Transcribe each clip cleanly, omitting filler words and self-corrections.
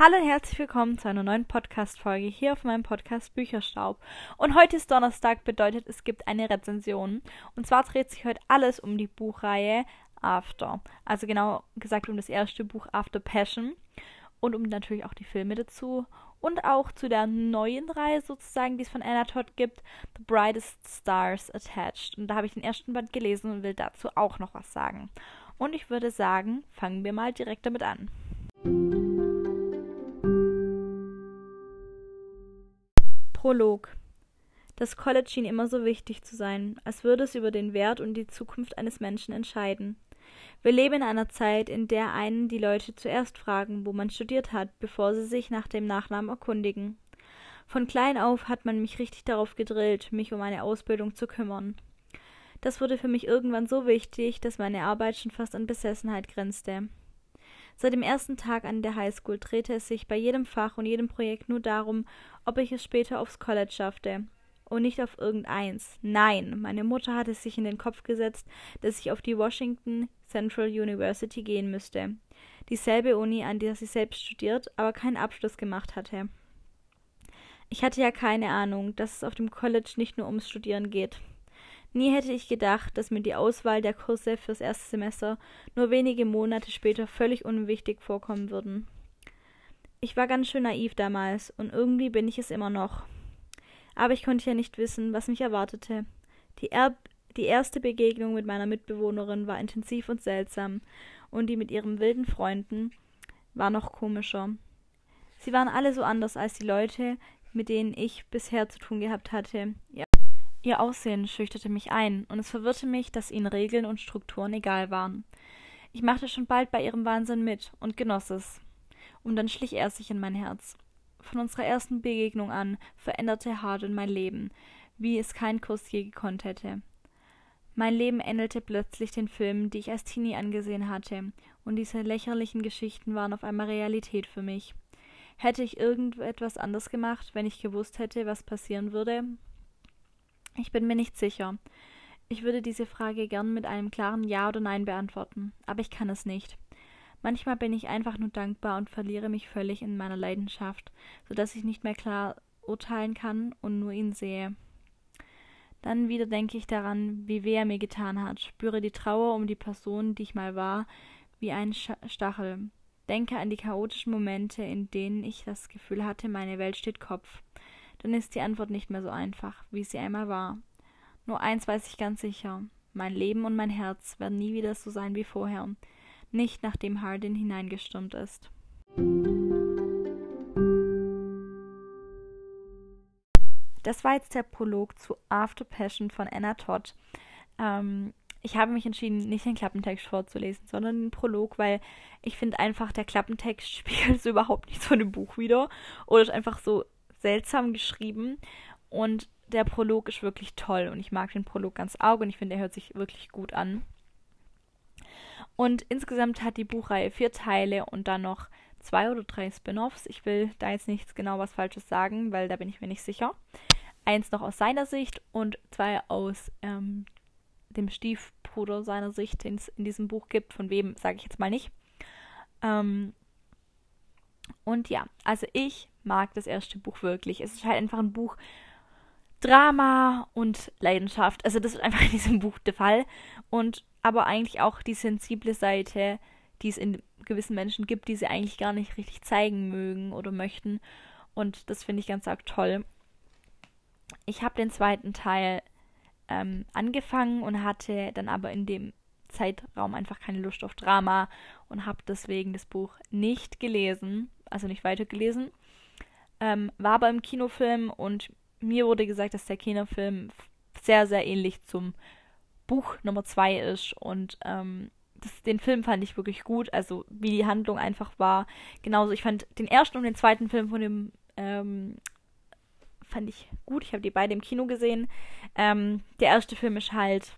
Hallo und herzlich willkommen zu einer neuen Podcast-Folge hier auf meinem Podcast Bücherstaub. Und heute ist Donnerstag, bedeutet, es gibt eine Rezension. Und zwar dreht sich heute alles um die Buchreihe After. Also genau gesagt um das erste Buch After Passion. Und um natürlich auch die Filme dazu. Und auch zu der neuen Reihe sozusagen, die es von Anna Todd gibt, The Brightest Stars Attached. Und da habe ich den ersten Band gelesen und will dazu auch noch was sagen. Und ich würde sagen, fangen wir mal direkt damit an. Prolog. Das College schien immer so wichtig zu sein, als würde es über den Wert und die Zukunft eines Menschen entscheiden. Wir leben in einer Zeit, in der einen die Leute zuerst fragen, wo man studiert hat, bevor sie sich nach dem Nachnamen erkundigen. Von klein auf hat man mich richtig darauf gedrillt, mich um eine Ausbildung zu kümmern. Das wurde für mich irgendwann so wichtig, dass meine Arbeit schon fast an Besessenheit grenzte. Seit dem ersten Tag an der Highschool drehte es sich bei jedem Fach und jedem Projekt nur darum, ob ich es später aufs College schaffte. Und nicht auf irgendeins. Nein, meine Mutter hatte sich in den Kopf gesetzt, dass ich auf die Washington Central University gehen müsste. Dieselbe Uni, an der sie selbst studiert, aber keinen Abschluss gemacht hatte. Ich hatte ja keine Ahnung, dass es auf dem College nicht nur ums Studieren geht. Nie hätte ich gedacht, dass mir die Auswahl der Kurse fürs erste Semester nur wenige Monate später völlig unwichtig vorkommen würden. Ich war ganz schön naiv damals und irgendwie bin ich es immer noch. Aber ich konnte ja nicht wissen, was mich erwartete. Die erste Begegnung mit meiner Mitbewohnerin war intensiv und seltsam und die mit ihren wilden Freunden war noch komischer. Sie waren alle so anders als die Leute, mit denen ich bisher zu tun gehabt hatte. Ihr Aussehen schüchterte mich ein, und es verwirrte mich, dass ihnen Regeln und Strukturen egal waren. Ich machte schon bald bei ihrem Wahnsinn mit und genoss es. Und dann schlich er sich in mein Herz. Von unserer ersten Begegnung an veränderte Hardin mein Leben, wie es kein Kurs je gekonnt hätte. Mein Leben ähnelte plötzlich den Filmen, die ich als Teenie angesehen hatte, und diese lächerlichen Geschichten waren auf einmal Realität für mich. Hätte ich irgendetwas anders gemacht, wenn ich gewusst hätte, was passieren würde? Ich bin mir nicht sicher. Ich würde diese Frage gern mit einem klaren Ja oder Nein beantworten, aber ich kann es nicht. Manchmal bin ich einfach nur dankbar und verliere mich völlig in meiner Leidenschaft, so dass ich nicht mehr klar urteilen kann und nur ihn sehe. Dann wieder denke ich daran, wie weh er mir getan hat, spüre die Trauer um die Person, die ich mal war, wie ein Stachel. Denke an die chaotischen Momente, in denen ich das Gefühl hatte, meine Welt steht Kopf. Dann ist die Antwort nicht mehr so einfach, wie sie einmal war. Nur eins weiß ich ganz sicher: Mein Leben und mein Herz werden nie wieder so sein wie vorher. Nicht nachdem Hardin hineingestürmt ist. Das war jetzt der Prolog zu After Passion von Anna Todd. Ich habe mich entschieden, nicht den Klappentext vorzulesen, sondern den Prolog, weil ich finde einfach, der Klappentext spiegelt so überhaupt nicht so ein Buch wider oder ist einfach so seltsam geschrieben, und der Prolog ist wirklich toll und ich mag den Prolog ganz arg und ich finde, er hört sich wirklich gut an. Und insgesamt hat die Buchreihe 4 Teile und dann noch 2 oder 3 Spin-offs. Ich will da jetzt nichts genau was Falsches sagen, weil da bin ich mir nicht sicher. 1 noch aus seiner Sicht und 2 aus dem Stiefbruder seiner Sicht, den es in diesem Buch gibt. Von wem, sage ich jetzt mal nicht. Und ja, also ich mag das erste Buch wirklich. Es ist halt einfach ein Buch Drama und Leidenschaft. Also das ist einfach in diesem Buch der Fall. Und aber eigentlich auch die sensible Seite, die es in gewissen Menschen gibt, die sie eigentlich gar nicht richtig zeigen mögen oder möchten. Und das finde ich ganz arg toll. Ich habe den zweiten Teil angefangen und hatte dann aber in dem Zeitraum einfach keine Lust auf Drama und habe deswegen das Buch nicht gelesen, also nicht weitergelesen. War aber im Kinofilm und mir wurde gesagt, dass der Kinofilm sehr, sehr ähnlich zum Buch Nummer 2 ist und den Film fand ich wirklich gut, also wie die Handlung einfach war. Genauso, ich fand den ersten und den zweiten Film von dem fand ich gut. Ich habe die beide im Kino gesehen. Der erste Film ist halt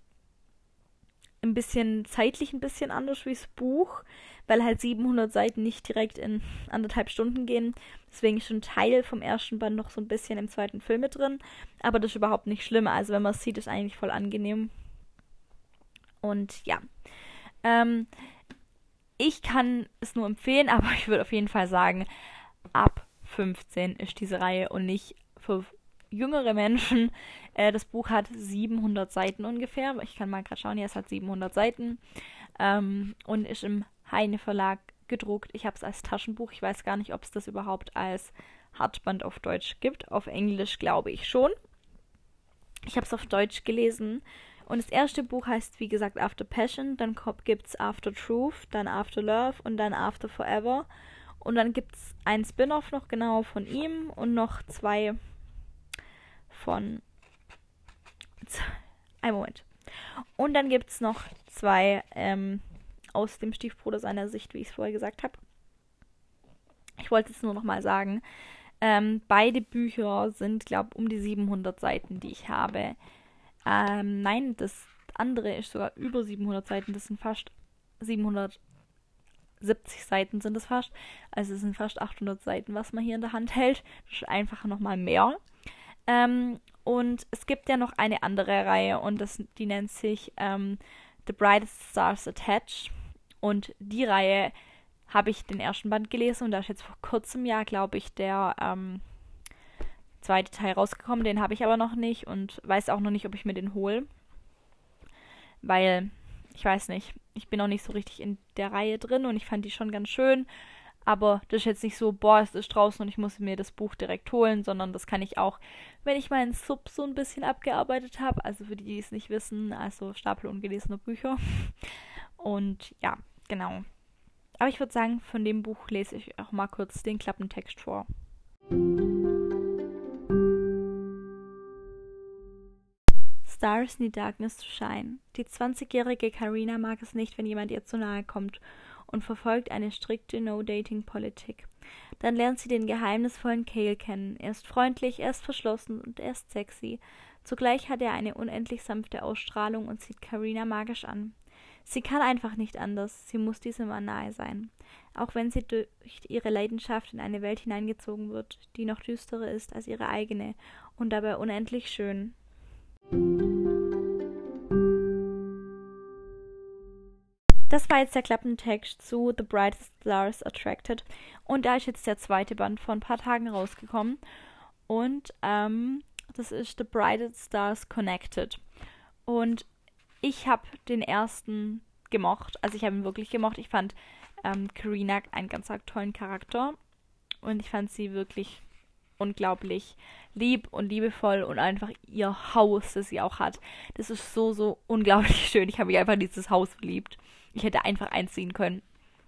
zeitlich ein bisschen anders wie das Buch, weil halt 700 Seiten nicht direkt in 1,5 Stunden gehen. Deswegen ist schon ein Teil vom ersten Band noch so ein bisschen im zweiten Film mit drin. Aber das ist überhaupt nicht schlimm. Also wenn man es sieht, ist eigentlich voll angenehm. Und ja. Ich kann es nur empfehlen, aber ich würde auf jeden Fall sagen, ab 15 ist diese Reihe und nicht für jüngere Menschen. Das Buch hat 700 Seiten ungefähr. Ich kann mal gerade schauen, ja, es hat 700 Seiten und ist im Heine Verlag gedruckt. Ich habe es als Taschenbuch. Ich weiß gar nicht, ob es das überhaupt als Hardband auf Deutsch gibt. Auf Englisch glaube ich schon. Ich habe es auf Deutsch gelesen. Und das erste Buch heißt, wie gesagt, After Passion. Dann gibt es After Truth, dann After Love und dann After Forever. Und dann gibt es ein Spin-off noch genau von ihm und noch 2 von... Ein Moment. Und dann gibt es noch 2 aus dem Stiefbruder seiner Sicht, wie ich es vorher gesagt habe. Ich wollte es nur noch mal sagen. Beide Bücher sind, glaube ich, um die 700 Seiten, die ich habe. Nein, das andere ist sogar über 700 Seiten. Das sind fast 770 Seiten sind es fast. Also es sind fast 800 Seiten, was man hier in der Hand hält. Das ist einfach nochmal mehr. Und es gibt ja noch eine andere Reihe und die nennt sich The Brightest Stars Attached. Und die Reihe habe ich den ersten Band gelesen und da ist jetzt vor kurzem ja, glaube ich, der zweite Teil rausgekommen. Den habe ich aber noch nicht und weiß auch noch nicht, ob ich mir den hole. Weil, ich weiß nicht, ich bin noch nicht so richtig in der Reihe drin und ich fand die schon ganz schön. Aber das ist jetzt nicht so, boah, es ist draußen und ich muss mir das Buch direkt holen, sondern das kann ich auch, wenn ich meinen Sub so ein bisschen abgearbeitet habe. Also für die, die es nicht wissen, also Stapel ungelesener Bücher. Und ja, genau. Aber ich würde sagen, von dem Buch lese ich auch mal kurz den Klappentext vor. Stars need darkness to shine. Die 20-jährige Karina mag es nicht, wenn jemand ihr zu nahe kommt und verfolgt eine strikte No-Dating-Politik. Dann lernt sie den geheimnisvollen Cale kennen. Er ist freundlich, er ist verschlossen und er ist sexy. Zugleich hat er eine unendlich sanfte Ausstrahlung und zieht Karina magisch an. Sie kann einfach nicht anders, sie muss diesem Mann nahe sein. Auch wenn sie durch ihre Leidenschaft in eine Welt hineingezogen wird, die noch düsterer ist als ihre eigene und dabei unendlich schön. Das war jetzt der Klappentext zu The Brightest Stars Attracted und da ist jetzt der zweite Band vor ein paar Tagen rausgekommen und das ist The Brightest Stars Connected und ich habe den ersten gemocht, also ich habe ihn wirklich gemocht. Ich fand Karina einen ganz tollen Charakter und ich fand sie wirklich unglaublich lieb und liebevoll und einfach ihr Haus, das sie auch hat. Das ist so, so unglaublich schön. Ich habe mich einfach in dieses Haus verliebt. Ich hätte einfach einziehen können.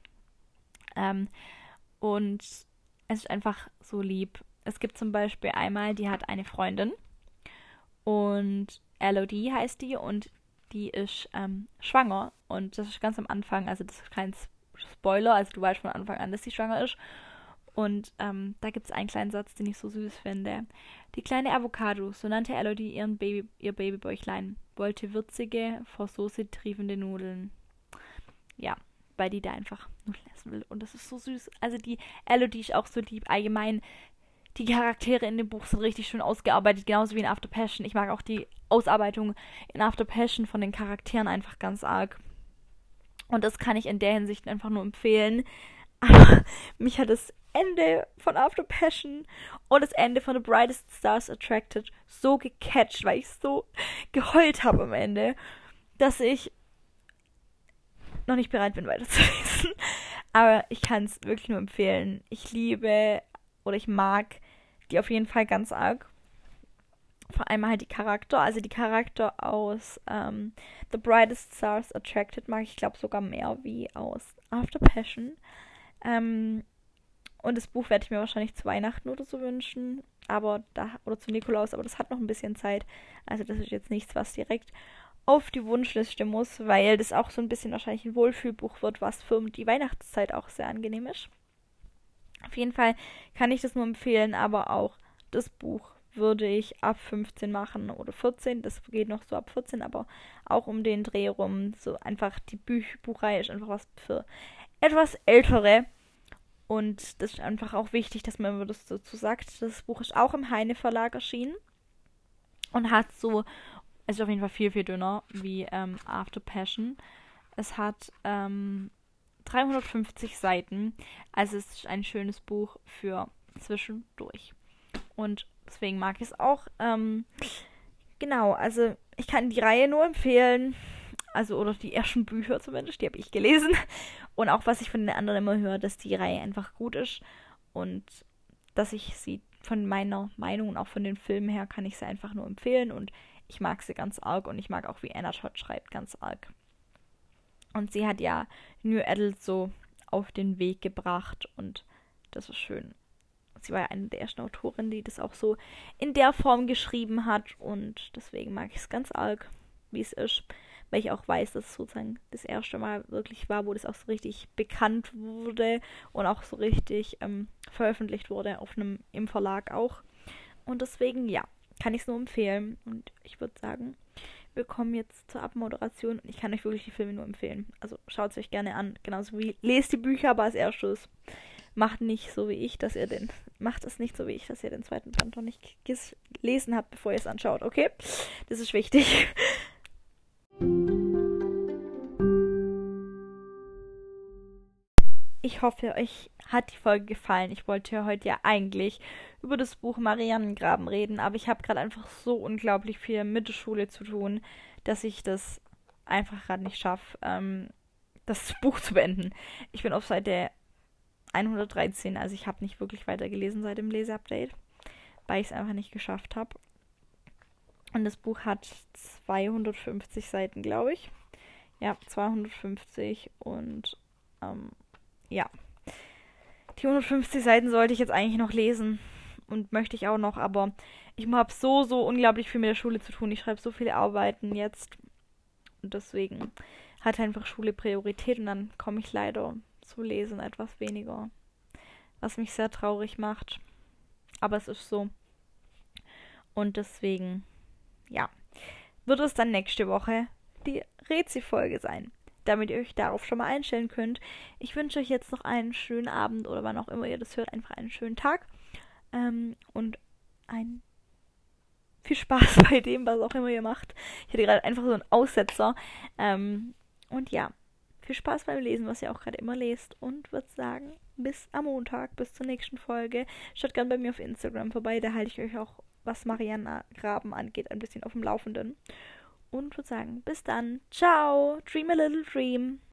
Und es ist einfach so lieb. Es gibt zum Beispiel einmal, die hat eine Freundin und Elodie heißt die und die ist schwanger und das ist ganz am Anfang, also das ist kein Spoiler, also du weißt von Anfang an, dass sie schwanger ist. Und da gibt es einen kleinen Satz, den ich so süß finde. Die kleine Avocado, so nannte Elodie ihr Babybäuchlein, wollte würzige, vor Soße triefende Nudeln. Ja, weil die da einfach Nudeln essen will. Und das ist so süß. Also die Elodie ist auch so lieb. Allgemein, die Charaktere in dem Buch sind richtig schön ausgearbeitet, genauso wie in After Passion. Ich mag auch die Ausarbeitung in After Passion von den Charakteren einfach ganz arg. Und das kann ich in der Hinsicht einfach nur empfehlen. Aber mich hat das Ende von After Passion und das Ende von The Brightest Stars Attracted so gecatcht, weil ich so geheult habe am Ende, dass ich noch nicht bereit bin weiterzulesen. Aber ich kann es wirklich nur empfehlen. Ich liebe oder ich mag die auf jeden Fall ganz arg. Vor allem halt die Charakter. Also die Charakter aus The Brightest Stars Attracted mag ich glaube sogar mehr wie aus After Passion. Und das Buch werde ich mir wahrscheinlich zu Weihnachten oder so wünschen. Oder zu Nikolaus, aber das hat noch ein bisschen Zeit. Also das ist jetzt nichts, was direkt auf die Wunschliste muss, weil das auch so ein bisschen wahrscheinlich ein Wohlfühlbuch wird, was für die Weihnachtszeit auch sehr angenehm ist. Auf jeden Fall kann ich das nur empfehlen, aber auch das Buch würde ich ab 15 machen oder 14. Das geht noch so ab 14, aber auch um den Dreh rum. So einfach die Buchreihe ist einfach was für etwas Ältere. Und das ist einfach auch wichtig, dass man das dazu sagt. Das Buch ist auch im Heine Verlag erschienen und hat so, es ist auf jeden Fall viel, viel dünner wie After Passion. Es hat 350 Seiten. Also es ist ein schönes Buch für zwischendurch. Und deswegen mag ich es auch. Genau, also ich kann die Reihe nur empfehlen. Also, oder die ersten Bücher zumindest, die habe ich gelesen. Und auch, was ich von den anderen immer höre, dass die Reihe einfach gut ist. Und dass ich sie von meiner Meinung und auch von den Filmen her kann ich sie einfach nur empfehlen. Und ich mag sie ganz arg. Und ich mag auch, wie Anna Todd schreibt, ganz arg. Und sie hat ja New Adult so auf den Weg gebracht. Und das ist schön. Sie war ja eine der ersten Autorinnen, die das auch so in der Form geschrieben hat. Und deswegen mag ich es ganz arg, wie es ist. Weil ich auch weiß, dass es sozusagen das erste Mal wirklich war, wo das auch so richtig bekannt wurde und auch so richtig veröffentlicht wurde im Verlag auch. Und deswegen, ja, kann ich es nur empfehlen. Und ich würde sagen, wir kommen jetzt zur Abmoderation. Und ich kann euch wirklich die Filme nur empfehlen. Also schaut es euch gerne an. Genauso wie lest die Bücher, aber als erstes macht es nicht so wie ich, dass ihr den zweiten Band noch nicht gelesen habt, bevor ihr es anschaut, okay? Das ist wichtig. Ich hoffe, euch hat die Folge gefallen. Ich wollte heute ja eigentlich über das Buch Mariannengraben reden, aber ich habe gerade einfach so unglaublich viel mit der Schule zu tun, dass ich das einfach gerade nicht schaffe, das Buch zu beenden. Ich bin auf Seite 113, also ich habe nicht wirklich weitergelesen seit dem Leseupdate, weil ich es einfach nicht geschafft habe. Und das Buch hat 250 Seiten, glaube ich. Ja, 250 und ja. Die 150 Seiten sollte ich jetzt eigentlich noch lesen und möchte ich auch noch, aber ich habe so unglaublich viel mit der Schule zu tun. Ich schreibe so viele Arbeiten jetzt und deswegen hat einfach Schule Priorität und dann komme ich leider zu lesen etwas weniger, was mich sehr traurig macht. Aber es ist so. Und deswegen, ja, wird es dann nächste Woche die Rezi-Folge sein, damit ihr euch darauf schon mal einstellen könnt. Ich wünsche euch jetzt noch einen schönen Abend oder wann auch immer ihr das hört, einfach einen schönen Tag und viel Spaß bei dem, was auch immer ihr macht. Ich hatte gerade einfach so einen Aussetzer und ja, viel Spaß beim Lesen, was ihr auch gerade immer lest und würde sagen, bis am Montag, bis zur nächsten Folge. Schaut gerne bei mir auf Instagram vorbei, da halte ich euch auch, was Mariannengraben angeht, ein bisschen auf dem Laufenden. Und würde sagen, bis dann. Ciao. Dream a little dream.